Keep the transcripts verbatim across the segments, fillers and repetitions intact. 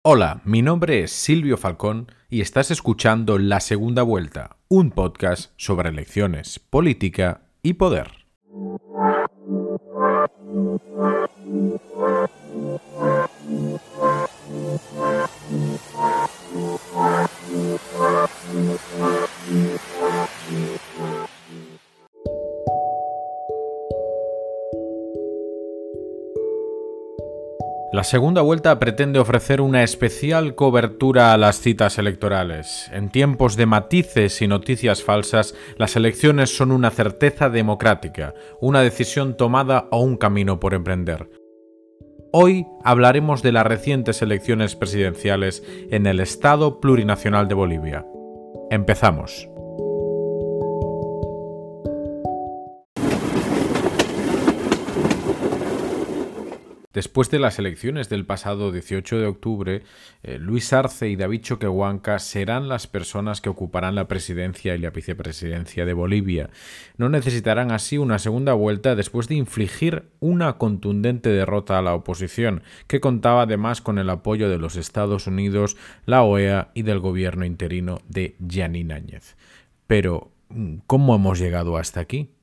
Hola, mi nombre es Silvio Falcón y estás escuchando La Segunda Vuelta, un podcast sobre elecciones, política y poder. La segunda vuelta pretende ofrecer una especial cobertura a las citas electorales. En tiempos de matices y noticias falsas, las elecciones son una certeza democrática, una decisión tomada o un camino por emprender. Hoy hablaremos de las recientes elecciones presidenciales en el Estado Plurinacional de Bolivia. Empezamos. Después de las elecciones del pasado dieciocho de octubre, eh, Luis Arce y David Choquehuanca serán las personas que ocuparán la presidencia y la vicepresidencia de Bolivia. No necesitarán así una segunda vuelta después de infligir una contundente derrota a la oposición, que contaba además con el apoyo de los Estados Unidos, la O E A y del gobierno interino de Jeanine Áñez. Pero, ¿cómo hemos llegado hasta aquí?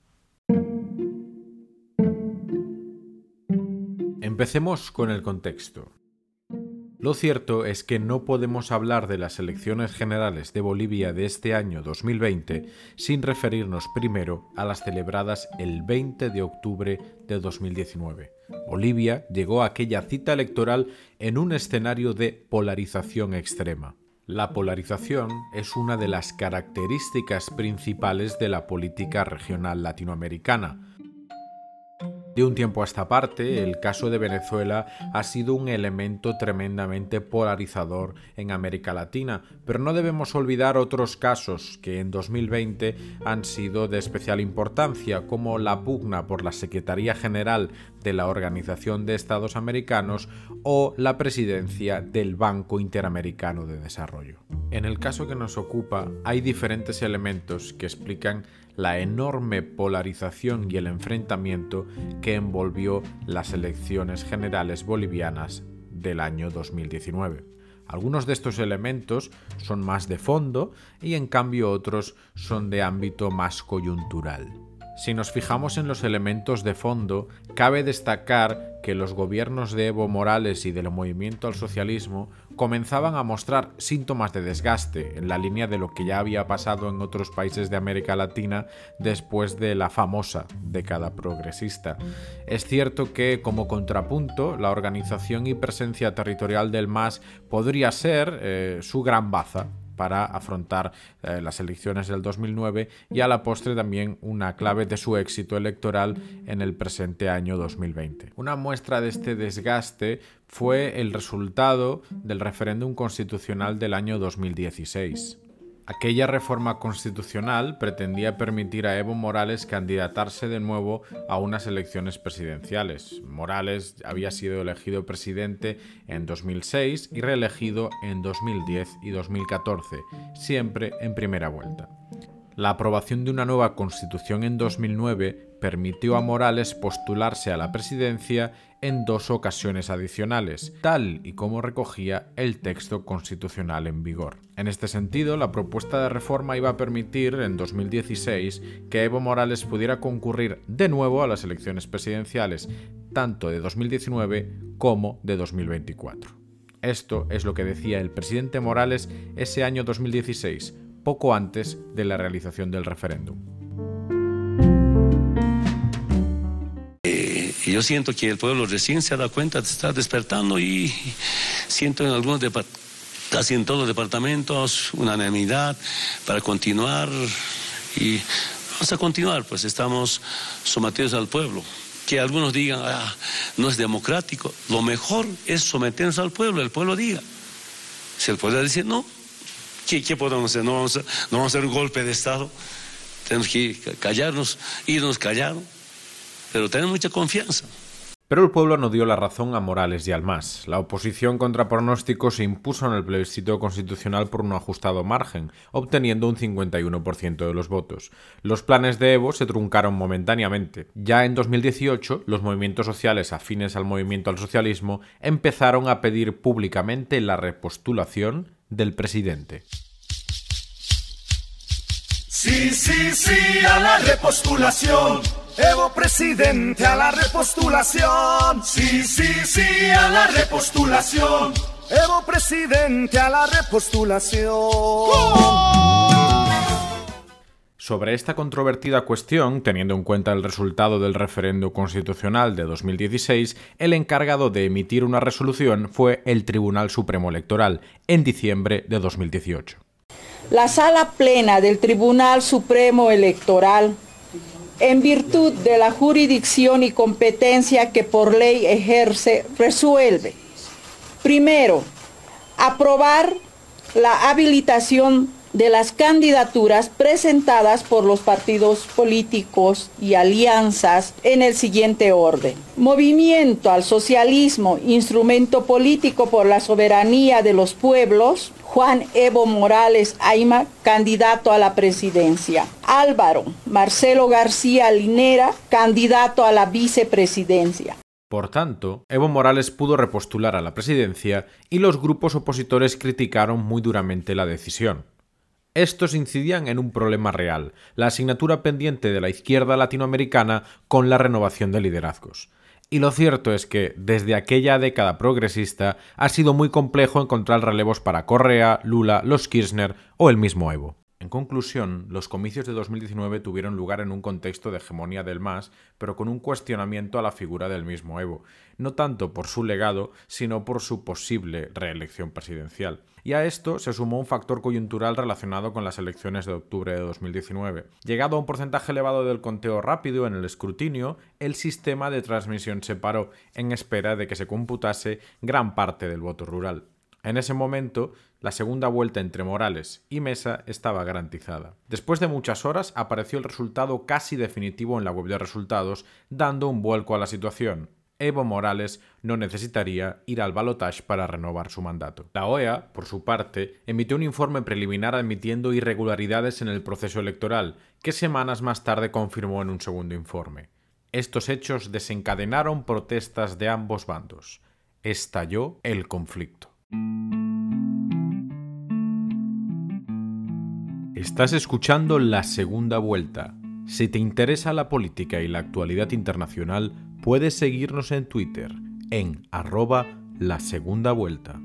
Empecemos con el contexto. Lo cierto es que no podemos hablar de las elecciones generales de Bolivia de este año dos mil veinte sin referirnos primero a las celebradas el veinte de octubre de dos mil diecinueve. Bolivia llegó a aquella cita electoral en un escenario de polarización extrema. La polarización es una de las características principales de la política regional latinoamericana. De un tiempo a esta parte, el caso de Venezuela ha sido un elemento tremendamente polarizador en América Latina, pero no debemos olvidar otros casos que en dos mil veinte han sido de especial importancia, como la pugna por la Secretaría General de la Organización de Estados Americanos o la presidencia del Banco Interamericano de Desarrollo. En el caso que nos ocupa, hay diferentes elementos que explican la enorme polarización y el enfrentamiento que envolvió las elecciones generales bolivianas del año dos mil diecinueve. Algunos de estos elementos son más de fondo y en cambio otros son de ámbito más coyuntural. Si nos fijamos en los elementos de fondo, cabe destacar que los gobiernos de Evo Morales y del Movimiento al Socialismo comenzaban a mostrar síntomas de desgaste en la línea de lo que ya había pasado en otros países de América Latina después de la famosa década progresista. Es cierto que, como contrapunto, la organización y presencia territorial del M A S podría ser eh, su gran baza para afrontar eh, las elecciones del dos mil nueve y a la postre también una clave de su éxito electoral en el presente año dos mil veinte. Una muestra de este desgaste fue el resultado del referéndum constitucional del año dos mil dieciséis. Aquella reforma constitucional pretendía permitir a Evo Morales candidatarse de nuevo a unas elecciones presidenciales. Morales había sido elegido presidente en dos mil seis y reelegido en dos mil diez y dos mil catorce, siempre en primera vuelta. La aprobación de una nueva constitución en dos mil nueve permitió a Morales postularse a la presidencia en dos ocasiones adicionales, tal y como recogía el texto constitucional en vigor. En este sentido, la propuesta de reforma iba a permitir, en dos mil dieciséis, que Evo Morales pudiera concurrir de nuevo a las elecciones presidenciales, tanto de dos mil diecinueve como de dos mil veinticuatro. Esto es lo que decía el presidente Morales ese año dos mil dieciséis, poco antes de la realización del referéndum. Eh, yo siento que el pueblo recién se da cuenta, está despertando y siento en algunos departamentos, casi en todos los departamentos, unanimidad para continuar y vamos a continuar, pues estamos sometidos al pueblo. Que algunos digan, ah, no es democrático, lo mejor es someternos al pueblo, el pueblo diga. Si el pueblo dice no, ¿Qué, ¿Qué podemos hacer? No vamos, a, no vamos a hacer un golpe de Estado. Tenemos que callarnos, irnos callados, pero tener mucha confianza. Pero el pueblo no dio la razón a Morales y al M A S. La oposición contra pronóstico se impuso en el plebiscito constitucional por un ajustado margen, obteniendo un cincuenta y uno por ciento de los votos. Los planes de Evo se truncaron momentáneamente. Ya en dos mil dieciocho, los movimientos sociales afines al movimiento al socialismo empezaron a pedir públicamente la repostulación del presidente. Sí, sí, sí, a la repostulación. Evo presidente, a la repostulación. Sí, sí, sí, a la repostulación. Evo presidente, a la repostulación. Sobre esta controvertida cuestión, teniendo en cuenta el resultado del referendo constitucional de dos mil dieciséis, el encargado de emitir una resolución fue el Tribunal Supremo Electoral, en diciembre de dos mil dieciocho. La Sala Plena del Tribunal Supremo Electoral, en virtud de la jurisdicción y competencia que por ley ejerce, resuelve: primero, aprobar la habilitación de las candidaturas presentadas por los partidos políticos y alianzas en el siguiente orden: Movimiento al Socialismo, Instrumento Político por la Soberanía de los Pueblos, Juan Evo Morales Ayma, candidato a la presidencia. Álvaro Marcelo García Linera, candidato a la vicepresidencia. Por tanto, Evo Morales pudo repostular a la presidencia y los grupos opositores criticaron muy duramente la decisión. Estos incidían en un problema real, la asignatura pendiente de la izquierda latinoamericana con la renovación de liderazgos. Y lo cierto es que, desde aquella década progresista, ha sido muy complejo encontrar relevos para Correa, Lula, los Kirchner o el mismo Evo. En conclusión, los comicios de dos mil diecinueve tuvieron lugar en un contexto de hegemonía del M A S, pero con un cuestionamiento a la figura del mismo Evo, no tanto por su legado, sino por su posible reelección presidencial. Y a esto se sumó un factor coyuntural relacionado con las elecciones de octubre de dos mil diecinueve. Llegado a un porcentaje elevado del conteo rápido en el escrutinio, el sistema de transmisión se paró en espera de que se computase gran parte del voto rural. En ese momento, la segunda vuelta entre Morales y Mesa estaba garantizada. Después de muchas horas, apareció el resultado casi definitivo en la web de resultados, dando un vuelco a la situación. Evo Morales no necesitaría ir al balotaje para renovar su mandato. La O E A, por su parte, emitió un informe preliminar admitiendo irregularidades en el proceso electoral, que semanas más tarde confirmó en un segundo informe. Estos hechos desencadenaron protestas de ambos bandos. Estalló el conflicto. Estás escuchando La Segunda Vuelta. Si te interesa la política y la actualidad internacional, puedes seguirnos en Twitter, en arroba La Segunda Vuelta.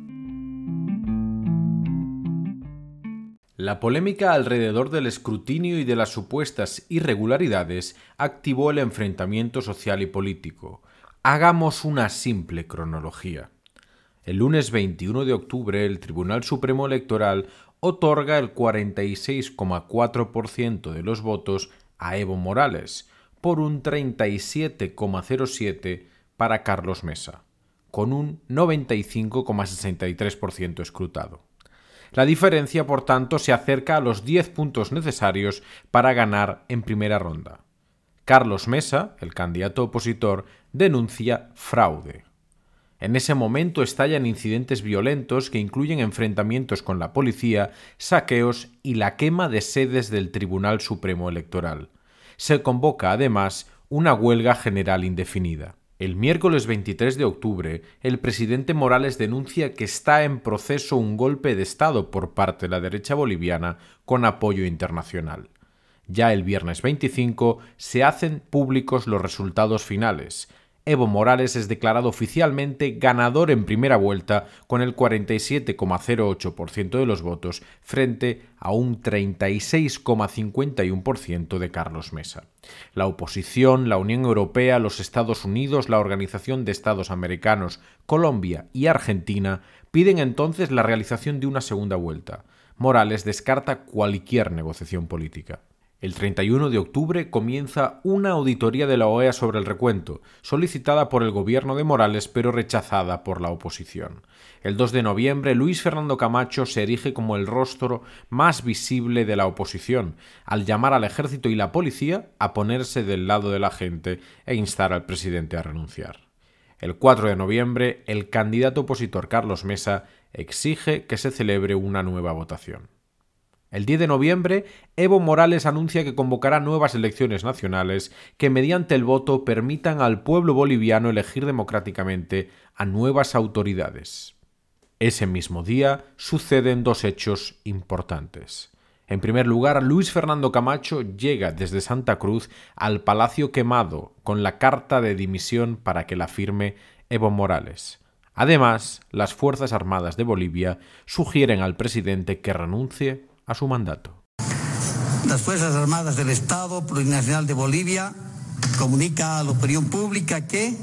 La polémica alrededor del escrutinio y de las supuestas irregularidades activó el enfrentamiento social y político. Hagamos una simple cronología. El lunes veintiuno de octubre, el Tribunal Supremo Electoral otorga el cuarenta y seis coma cuatro por ciento de los votos a Evo Morales, por un treinta y siete coma cero siete por ciento para Carlos Mesa, con un noventa y cinco coma sesenta y tres por ciento escrutado. La diferencia, por tanto, se acerca a los diez puntos necesarios para ganar en primera ronda. Carlos Mesa, el candidato opositor, denuncia fraude. En ese momento estallan incidentes violentos que incluyen enfrentamientos con la policía, saqueos y la quema de sedes del Tribunal Supremo Electoral. Se convoca, además, una huelga general indefinida. El miércoles veintitrés de octubre, el presidente Morales denuncia que está en proceso un golpe de Estado por parte de la derecha boliviana con apoyo internacional. Ya el viernes veinticinco se hacen públicos los resultados finales. Evo Morales es declarado oficialmente ganador en primera vuelta con el cuarenta y siete coma cero ocho por ciento de los votos frente a un treinta y seis coma cincuenta y uno por ciento de Carlos Mesa. La oposición, la Unión Europea, los Estados Unidos, la Organización de Estados Americanos, Colombia y Argentina piden entonces la realización de una segunda vuelta. Morales descarta cualquier negociación política. El treinta y uno de octubre comienza una auditoría de la O E A sobre el recuento, solicitada por el gobierno de Morales pero rechazada por la oposición. El dos de noviembre, Luis Fernando Camacho se erige como el rostro más visible de la oposición, al llamar al ejército y la policía a ponerse del lado de la gente e instar al presidente a renunciar. El cuatro de noviembre, el candidato opositor Carlos Mesa exige que se celebre una nueva votación. El diez de noviembre, Evo Morales anuncia que convocará nuevas elecciones nacionales que mediante el voto permitan al pueblo boliviano elegir democráticamente a nuevas autoridades. Ese mismo día suceden dos hechos importantes. En primer lugar, Luis Fernando Camacho llega desde Santa Cruz al Palacio Quemado con la carta de dimisión para que la firme Evo Morales. Además, las Fuerzas Armadas de Bolivia sugieren al presidente que renuncie a su mandato. Las Fuerzas Armadas del Estado Plurinacional de Bolivia comunica a la opinión pública que,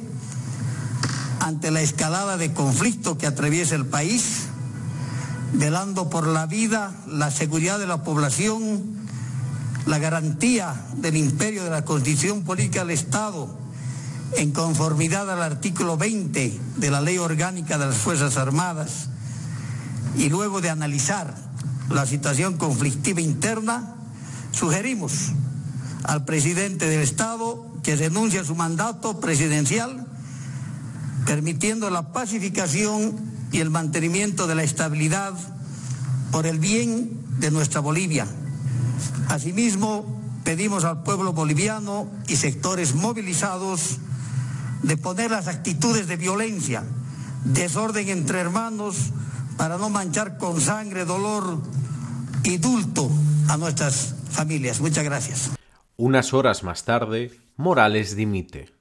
ante la escalada de conflicto que atraviesa el país, velando por la vida, la seguridad de la población, la garantía del imperio de la Constitución Política del Estado, en conformidad al artículo veinte de la Ley Orgánica de las Fuerzas Armadas, y luego de analizar la situación conflictiva interna, sugerimos al presidente del Estado que renuncie a su mandato presidencial, permitiendo la pacificación y el mantenimiento de la estabilidad por el bien de nuestra Bolivia. Asimismo, pedimos al pueblo boliviano y sectores movilizados de poner las actitudes de violencia, desorden entre hermanos, para no manchar con sangre, dolor y dulto a nuestras familias. Muchas gracias. Unas horas más tarde, Morales dimite.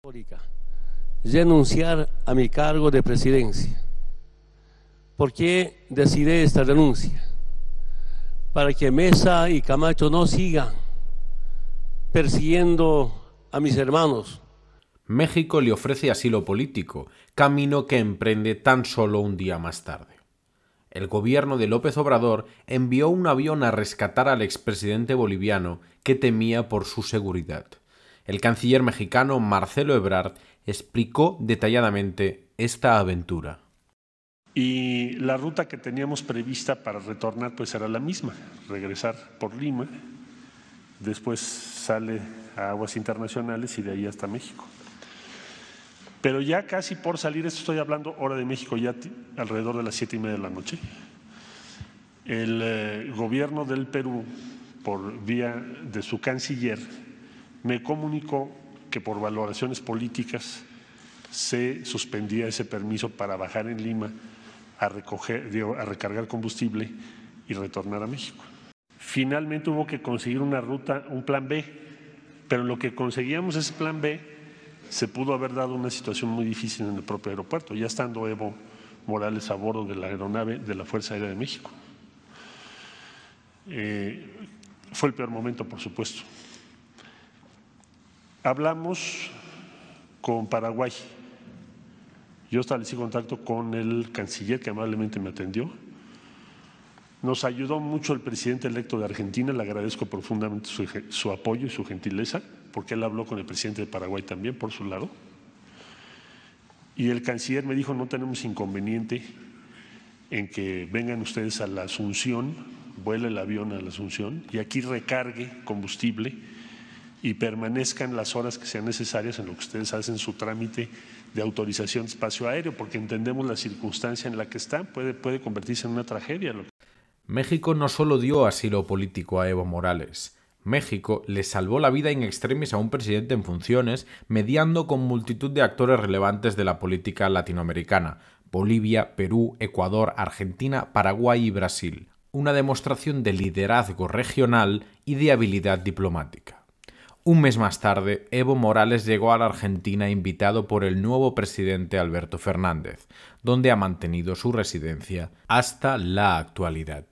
Renunciar a mi cargo de presidencia. ¿Por qué decidí esta renuncia? Para que Mesa y Camacho no sigan persiguiendo a mis hermanos. México le ofrece asilo político, camino que emprende tan solo un día más tarde. El gobierno de López Obrador envió un avión a rescatar al expresidente boliviano que temía por su seguridad. El canciller mexicano Marcelo Ebrard explicó detalladamente esta aventura. Y la ruta que teníamos prevista para retornar pues era la misma, regresar por Lima, después sale a aguas internacionales y de ahí hasta México. Pero ya casi por salir, esto estoy hablando hora de México, ya alrededor de las siete y media de la noche, el eh, gobierno del Perú, por vía de su canciller, me comunicó que por valoraciones políticas se suspendía ese permiso para bajar en Lima a, recoger, digo, a recargar combustible y retornar a México. Finalmente hubo que conseguir una ruta, un plan B, pero lo que conseguíamos ese plan B se pudo haber dado una situación muy difícil en el propio aeropuerto, ya estando Evo Morales a bordo de la aeronave de la Fuerza Aérea de México. Eh, fue el peor momento, por supuesto. Hablamos con Paraguay. Yo establecí contacto con el canciller que amablemente me atendió. Nos ayudó mucho el presidente electo de Argentina, le agradezco profundamente su, su apoyo y su gentileza, porque él habló con el presidente de Paraguay también, por su lado. Y el canciller me dijo, no tenemos inconveniente en que vengan ustedes a la Asunción, vuele el avión a la Asunción y aquí recargue combustible y permanezcan las horas que sean necesarias en lo que ustedes hacen su trámite de autorización de espacio aéreo, porque entendemos la circunstancia en la que está, puede, puede convertirse en una tragedia. México no solo dio asilo político a Evo Morales, México le salvó la vida in extremis a un presidente en funciones, mediando con multitud de actores relevantes de la política latinoamericana: Bolivia, Perú, Ecuador, Argentina, Paraguay y Brasil. Una demostración de liderazgo regional y de habilidad diplomática. Un mes más tarde, Evo Morales llegó a la Argentina invitado por el nuevo presidente Alberto Fernández, donde ha mantenido su residencia hasta la actualidad.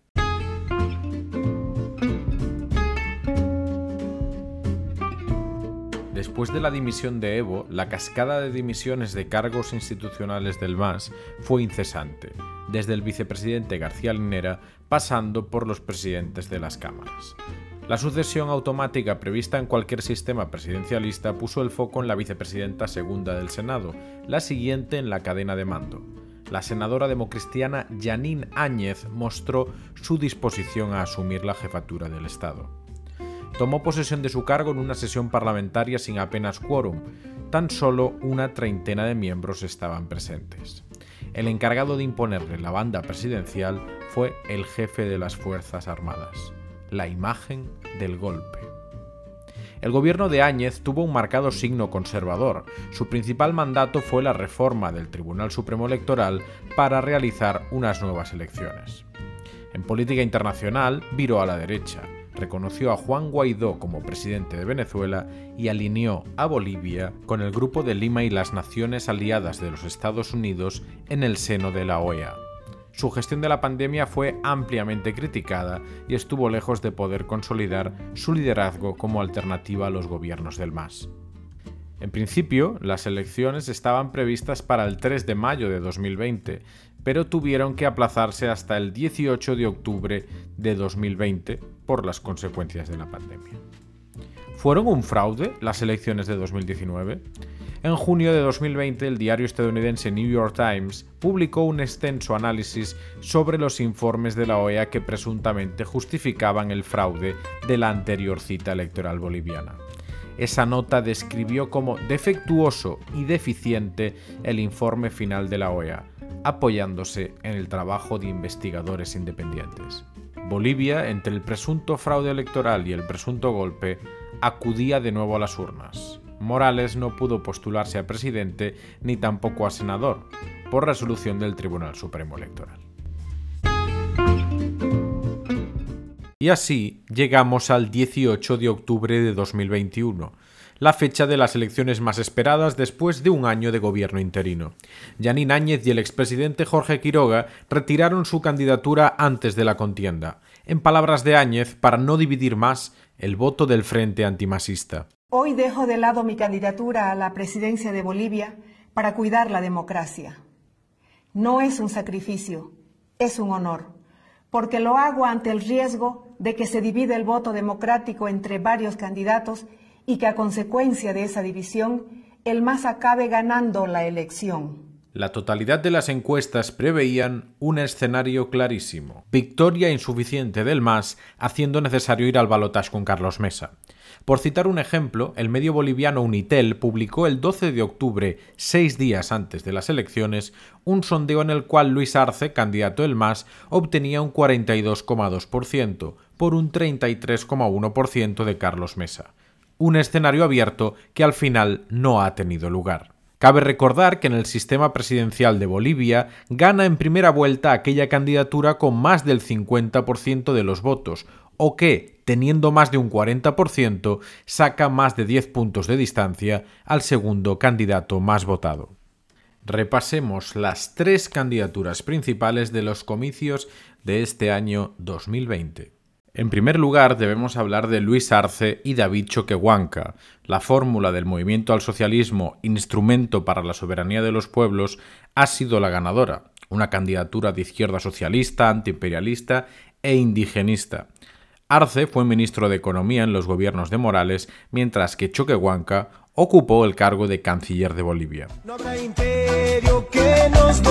Después de la dimisión de Evo, la cascada de dimisiones de cargos institucionales del M A S fue incesante, desde el vicepresidente García Linera pasando por los presidentes de las cámaras. La sucesión automática prevista en cualquier sistema presidencialista puso el foco en la vicepresidenta segunda del Senado, la siguiente en la cadena de mando. La senadora democristiana Jeanine Áñez mostró su disposición a asumir la jefatura del Estado. Tomó posesión de su cargo en una sesión parlamentaria sin apenas quórum, tan solo una treintena de miembros estaban presentes. El encargado de imponerle la banda presidencial fue el jefe de las Fuerzas Armadas, la imagen del golpe. El gobierno de Áñez tuvo un marcado signo conservador. Su principal mandato fue la reforma del Tribunal Supremo Electoral para realizar unas nuevas elecciones. En política internacional, viró a la derecha, reconoció a Juan Guaidó como presidente de Venezuela y alineó a Bolivia con el Grupo de Lima y las naciones aliadas de los Estados Unidos en el seno de la O E A. Su gestión de la pandemia fue ampliamente criticada y estuvo lejos de poder consolidar su liderazgo como alternativa a los gobiernos del M A S. En principio, las elecciones estaban previstas para el tres de mayo de dos mil veinte, pero tuvieron que aplazarse hasta el dieciocho de octubre de dos mil veinte por las consecuencias de la pandemia. ¿Fueron un fraude las elecciones de dos mil diecinueve? En junio de dos mil veinte, el diario estadounidense New York Times publicó un extenso análisis sobre los informes de la O E A que presuntamente justificaban el fraude de la anterior cita electoral boliviana. Esa nota describió como defectuoso y deficiente el informe final de la O E A, apoyándose en el trabajo de investigadores independientes. Bolivia, entre el presunto fraude electoral y el presunto golpe, acudía de nuevo a las urnas. Morales no pudo postularse a presidente ni tampoco a senador, por resolución del Tribunal Supremo Electoral. Y así llegamos al dieciocho de octubre de dos mil veintiuno, la fecha de las elecciones más esperadas después de un año de gobierno interino. Yanín Áñez y el expresidente Jorge Quiroga retiraron su candidatura antes de la contienda. En palabras de Áñez, para no dividir más el voto del Frente Antimasista. Hoy dejo de lado mi candidatura a la presidencia de Bolivia para cuidar la democracia. No es un sacrificio, es un honor, porque lo hago ante el riesgo de que se divida el voto democrático entre varios candidatos y que a consecuencia de esa división, el M A S acabe ganando la elección. La totalidad de las encuestas preveían un escenario clarísimo: victoria insuficiente del M A S, haciendo necesario ir al balotaje con Carlos Mesa. Por citar un ejemplo, el medio boliviano Unitel publicó el doce de octubre, seis días antes de las elecciones, un sondeo en el cual Luis Arce, candidato del M A S, obtenía un cuarenta y dos coma dos por ciento por un treinta y tres coma uno por ciento de Carlos Mesa. Un escenario abierto que al final no ha tenido lugar. Cabe recordar que en el sistema presidencial de Bolivia gana en primera vuelta aquella candidatura con más del cincuenta por ciento de los votos, o que, teniendo más de un cuarenta por ciento, saca más de diez puntos de distancia al segundo candidato más votado. Repasemos las tres candidaturas principales de los comicios de este año dos mil veinte. En primer lugar, debemos hablar de Luis Arce y David Choquehuanca. La fórmula del movimiento al socialismo, instrumento para la soberanía de los pueblos, ha sido la ganadora. Una candidatura de izquierda socialista, antiimperialista e indigenista. Arce fue ministro de Economía en los gobiernos de Morales, mientras que Choquehuanca ocupó el cargo de canciller de Bolivia. No habrá imperio que nos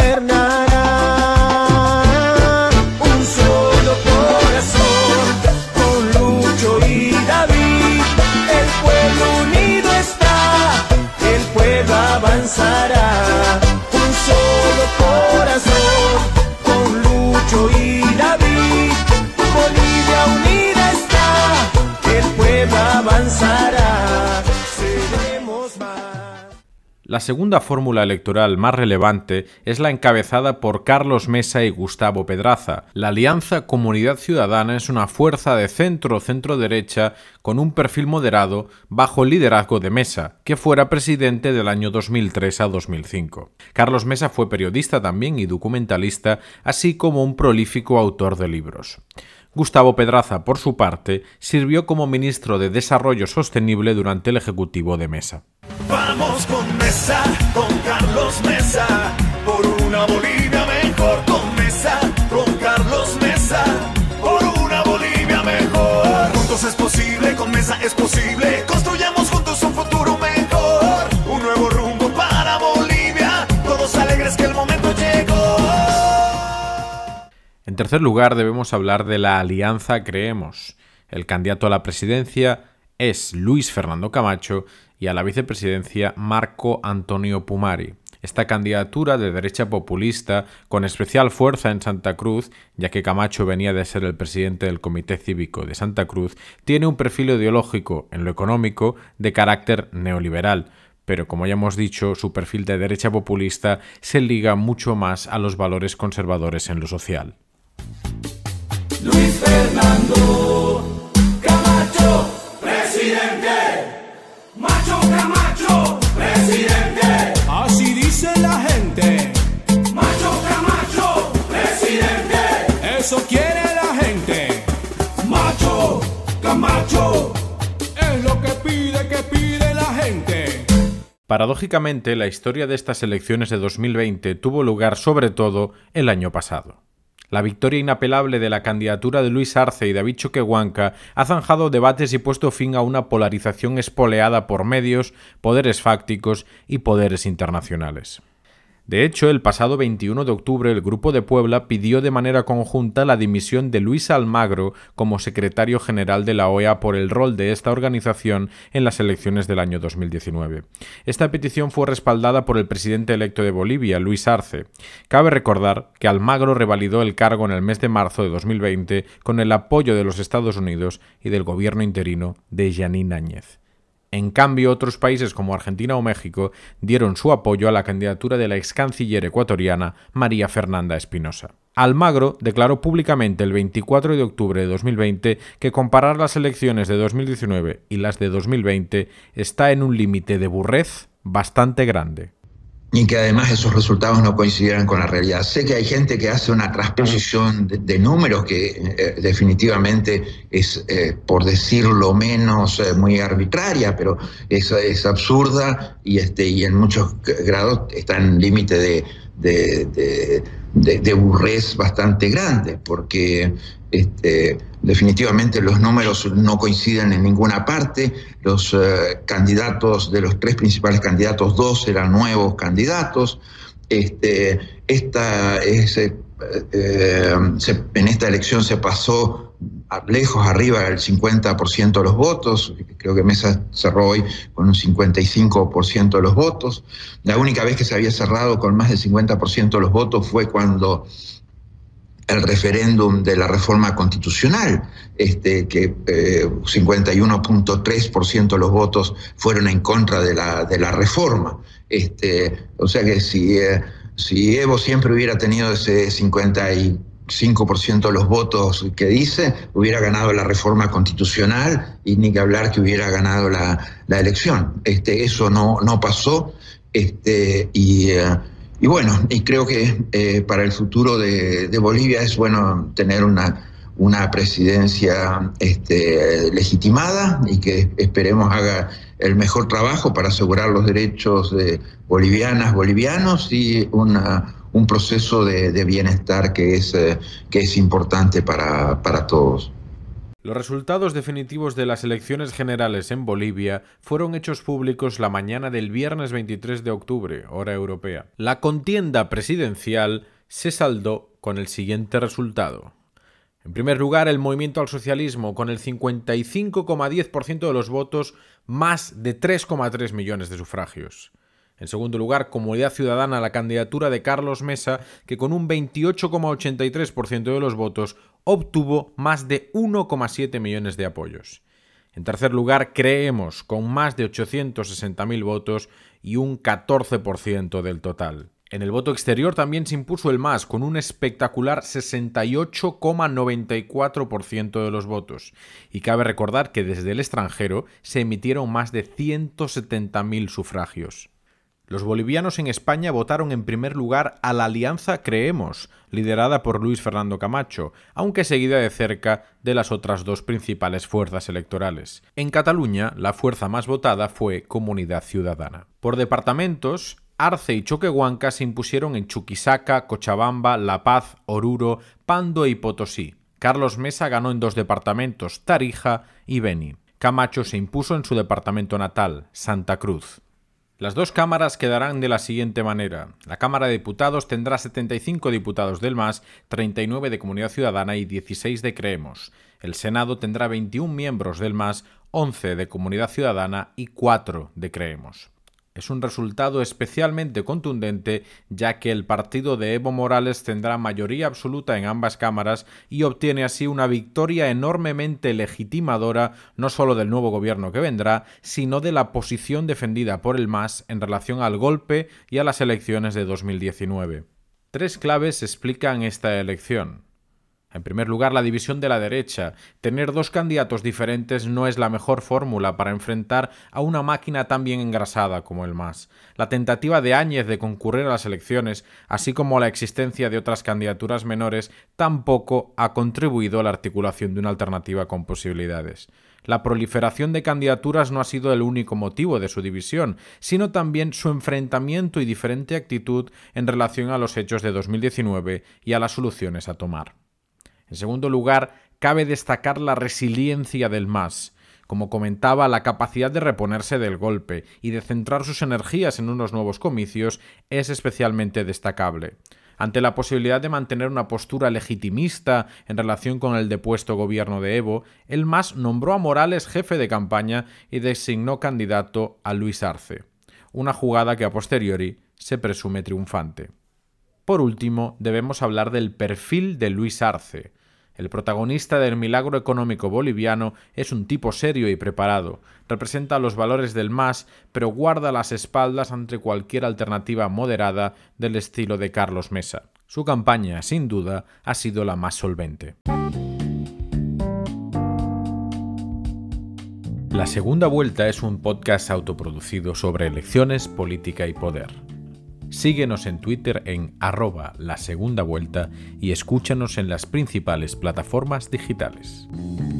gobernará, un solo corazón, con Lucho y David, el pueblo unido está, el pueblo avanzará, un solo corazón, con Lucho y David, Bolivia unida está, el pueblo avanzará, seremos más. La segunda fórmula electoral más relevante es la encabezada por Carlos Mesa y Gustavo Pedraza. La Alianza Comunidad Ciudadana es una fuerza de centro-centro-derecha con un perfil moderado bajo el liderazgo de Mesa, que fuera presidente del año dos mil tres a dos mil cinco. Carlos Mesa fue periodista también y documentalista, así como un prolífico autor de libros. Gustavo Pedraza, por su parte, sirvió como ministro de Desarrollo Sostenible durante el ejecutivo de Mesa. Vamos con Mesa, con Carlos Mesa, por una Bolivia mejor. Con Mesa, con Carlos Mesa, por una Bolivia mejor. Juntos es posible, con Mesa es posible. Construyamos juntos un futuro mejor. Un nuevo rumbo para Bolivia. Todos alegres que el momento llegó. En tercer lugar, debemos hablar de la Alianza Creemos. El candidato a la presidencia es Luis Fernando Camacho y a la vicepresidencia Marco Antonio Pumari. Esta candidatura de derecha populista, con especial fuerza en Santa Cruz, ya que Camacho venía de ser el presidente del Comité Cívico de Santa Cruz, tiene un perfil ideológico, en lo económico, de carácter neoliberal, pero como ya hemos dicho, su perfil de derecha populista se liga mucho más a los valores conservadores en lo social. Luis Fernando Camacho, presidente. Macho Camacho, presidente. Así dice la gente. Macho Camacho, presidente. Eso quiere la gente. Macho Camacho. Es lo que pide, que pide la gente. Paradójicamente, la historia de estas elecciones de dos mil veinte tuvo lugar sobre todo el año pasado. La victoria inapelable de la candidatura de Luis Arce y David Choquehuanca ha zanjado debates y puesto fin a una polarización espoleada por medios, poderes fácticos y poderes internacionales. De hecho, el pasado veintiuno de octubre el Grupo de Puebla pidió de manera conjunta la dimisión de Luis Almagro como secretario general de la O E A por el rol de esta organización en las elecciones del año dos mil diecinueve. Esta petición fue respaldada por el presidente electo de Bolivia, Luis Arce. Cabe recordar que Almagro revalidó el cargo en el mes de marzo de dos mil veinte con el apoyo de los Estados Unidos y del gobierno interino de Jeanine Áñez. En cambio, otros países como Argentina o México dieron su apoyo a la candidatura de la ex canciller ecuatoriana María Fernanda Espinosa. Almagro declaró públicamente el veinticuatro de octubre de dos mil veinte que comparar las elecciones de dos mil diecinueve y las de dos mil veinte está en un límite de burrez bastante grande. Y que además esos resultados no coincidieran con la realidad. Sé que hay gente que hace una transposición de, de números que eh, definitivamente es, eh, por decirlo menos, eh, muy arbitraria, pero es, es absurda y, este, y en muchos grados está en límite de, de, de, de, de burrez bastante grande, porque este, definitivamente los números no coinciden en ninguna parte. Los eh, candidatos, de los tres principales candidatos, dos eran nuevos candidatos. Este, esta es, eh, eh, se, en esta elección se pasó a, lejos arriba del cincuenta por ciento de los votos. Creo que Mesa cerró hoy con un cincuenta y cinco por ciento de los votos. La única vez que se había cerrado con más del cincuenta por ciento de los votos fue cuando el referéndum de la reforma constitucional, este, que eh, cincuenta y uno punto tres por ciento de los votos fueron en contra de la, de la reforma. Este, o sea que si, eh, si Evo siempre hubiera tenido ese cincuenta y cinco por ciento de los votos que dice, hubiera ganado la reforma constitucional y ni que hablar que hubiera ganado la, la elección. Este, eso no, no pasó este, y... Eh, Y bueno, y creo que eh, para el futuro de, de Bolivia es bueno tener una, una presidencia este, legitimada y que esperemos haga el mejor trabajo para asegurar los derechos de bolivianas, bolivianos y una, un proceso de, de bienestar que es, eh, que es importante para, para todos. Los resultados definitivos de las elecciones generales en Bolivia fueron hechos públicos la mañana del viernes veintitrés de octubre, hora europea. La contienda presidencial se saldó con el siguiente resultado. En primer lugar, el Movimiento al Socialismo, con el cincuenta y cinco coma diez por ciento de los votos, más de tres coma tres millones de sufragios. En segundo lugar, Comunidad Ciudadana, la candidatura de Carlos Mesa, que con un veintiocho coma ochenta y tres por ciento de los votos obtuvo más de uno coma siete millones de apoyos. En tercer lugar, Creemos, con más de ochocientos sesenta mil votos y un catorce por ciento del total. En el voto exterior también se impuso el MAS, con un espectacular sesenta y ocho coma noventa y cuatro por ciento de los votos. Y cabe recordar que desde el extranjero se emitieron más de ciento setenta mil sufragios. Los bolivianos en España votaron en primer lugar a la Alianza Creemos, liderada por Luis Fernando Camacho, aunque seguida de cerca de las otras dos principales fuerzas electorales. En Cataluña, la fuerza más votada fue Comunidad Ciudadana. Por departamentos, Arce y Choquehuanca se impusieron en Chuquisaca, Cochabamba, La Paz, Oruro, Pando y Potosí. Carlos Mesa ganó en dos departamentos, Tarija y Beni. Camacho se impuso en su departamento natal, Santa Cruz. Las dos cámaras quedarán de la siguiente manera. La Cámara de Diputados tendrá setenta y cinco diputados del MAS, treinta y nueve de Comunidad Ciudadana y dieciséis de Creemos. El Senado tendrá veintiún miembros del MAS, once de Comunidad Ciudadana y cuatro de Creemos. Es un resultado especialmente contundente, ya que el partido de Evo Morales tendrá mayoría absoluta en ambas cámaras y obtiene así una victoria enormemente legitimadora no solo del nuevo gobierno que vendrá, sino de la posición defendida por el M A S en relación al golpe y a las elecciones de dos mil diecinueve. Tres claves explican esta elección. En primer lugar, la división de la derecha. Tener dos candidatos diferentes no es la mejor fórmula para enfrentar a una máquina tan bien engrasada como el M A S. La tentativa de Áñez de concurrir a las elecciones, así como la existencia de otras candidaturas menores, tampoco ha contribuido a la articulación de una alternativa con posibilidades. La proliferación de candidaturas no ha sido el único motivo de su división, sino también su enfrentamiento y diferente actitud en relación a los hechos de dos mil diecinueve y a las soluciones a tomar. En segundo lugar, cabe destacar la resiliencia del M A S. Como comentaba, la capacidad de reponerse del golpe y de centrar sus energías en unos nuevos comicios es especialmente destacable. Ante la posibilidad de mantener una postura legitimista en relación con el depuesto gobierno de Evo, el M A S nombró a Morales jefe de campaña y designó candidato a Luis Arce, una jugada que a posteriori se presume triunfante. Por último, debemos hablar del perfil de Luis Arce. El protagonista del milagro económico boliviano es un tipo serio y preparado, representa los valores del M A S, pero guarda las espaldas ante cualquier alternativa moderada del estilo de Carlos Mesa. Su campaña, sin duda, ha sido la más solvente. La Segunda Vuelta es un podcast autoproducido sobre elecciones, política y poder. Síguenos en Twitter en arroba la segunda vuelta y escúchanos en las principales plataformas digitales.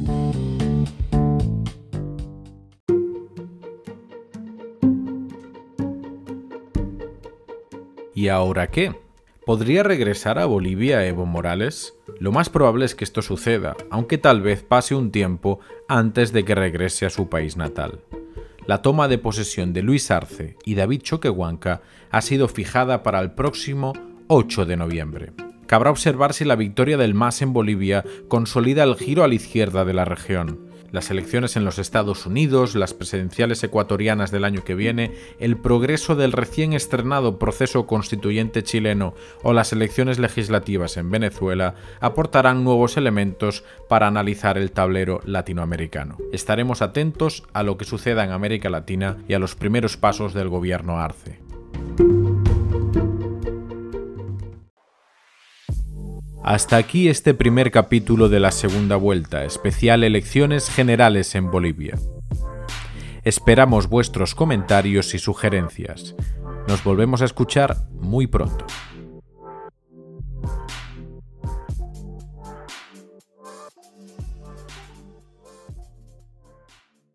¿Y ahora qué? ¿Podría regresar a Bolivia Evo Morales? Lo más probable es que esto suceda, aunque tal vez pase un tiempo antes de que regrese a su país natal. La toma de posesión de Luis Arce y David Choquehuanca ha sido fijada para el próximo ocho de noviembre. Cabrá observar si la victoria del M A S en Bolivia consolida el giro a la izquierda de la región. Las elecciones en los Estados Unidos, las presidenciales ecuatorianas del año que viene, el progreso del recién estrenado proceso constituyente chileno o las elecciones legislativas en Venezuela aportarán nuevos elementos para analizar el tablero latinoamericano. Estaremos atentos a lo que suceda en América Latina y a los primeros pasos del gobierno Arce. Hasta aquí este primer capítulo de la Segunda Vuelta, especial Elecciones Generales en Bolivia. Esperamos vuestros comentarios y sugerencias. Nos volvemos a escuchar muy pronto.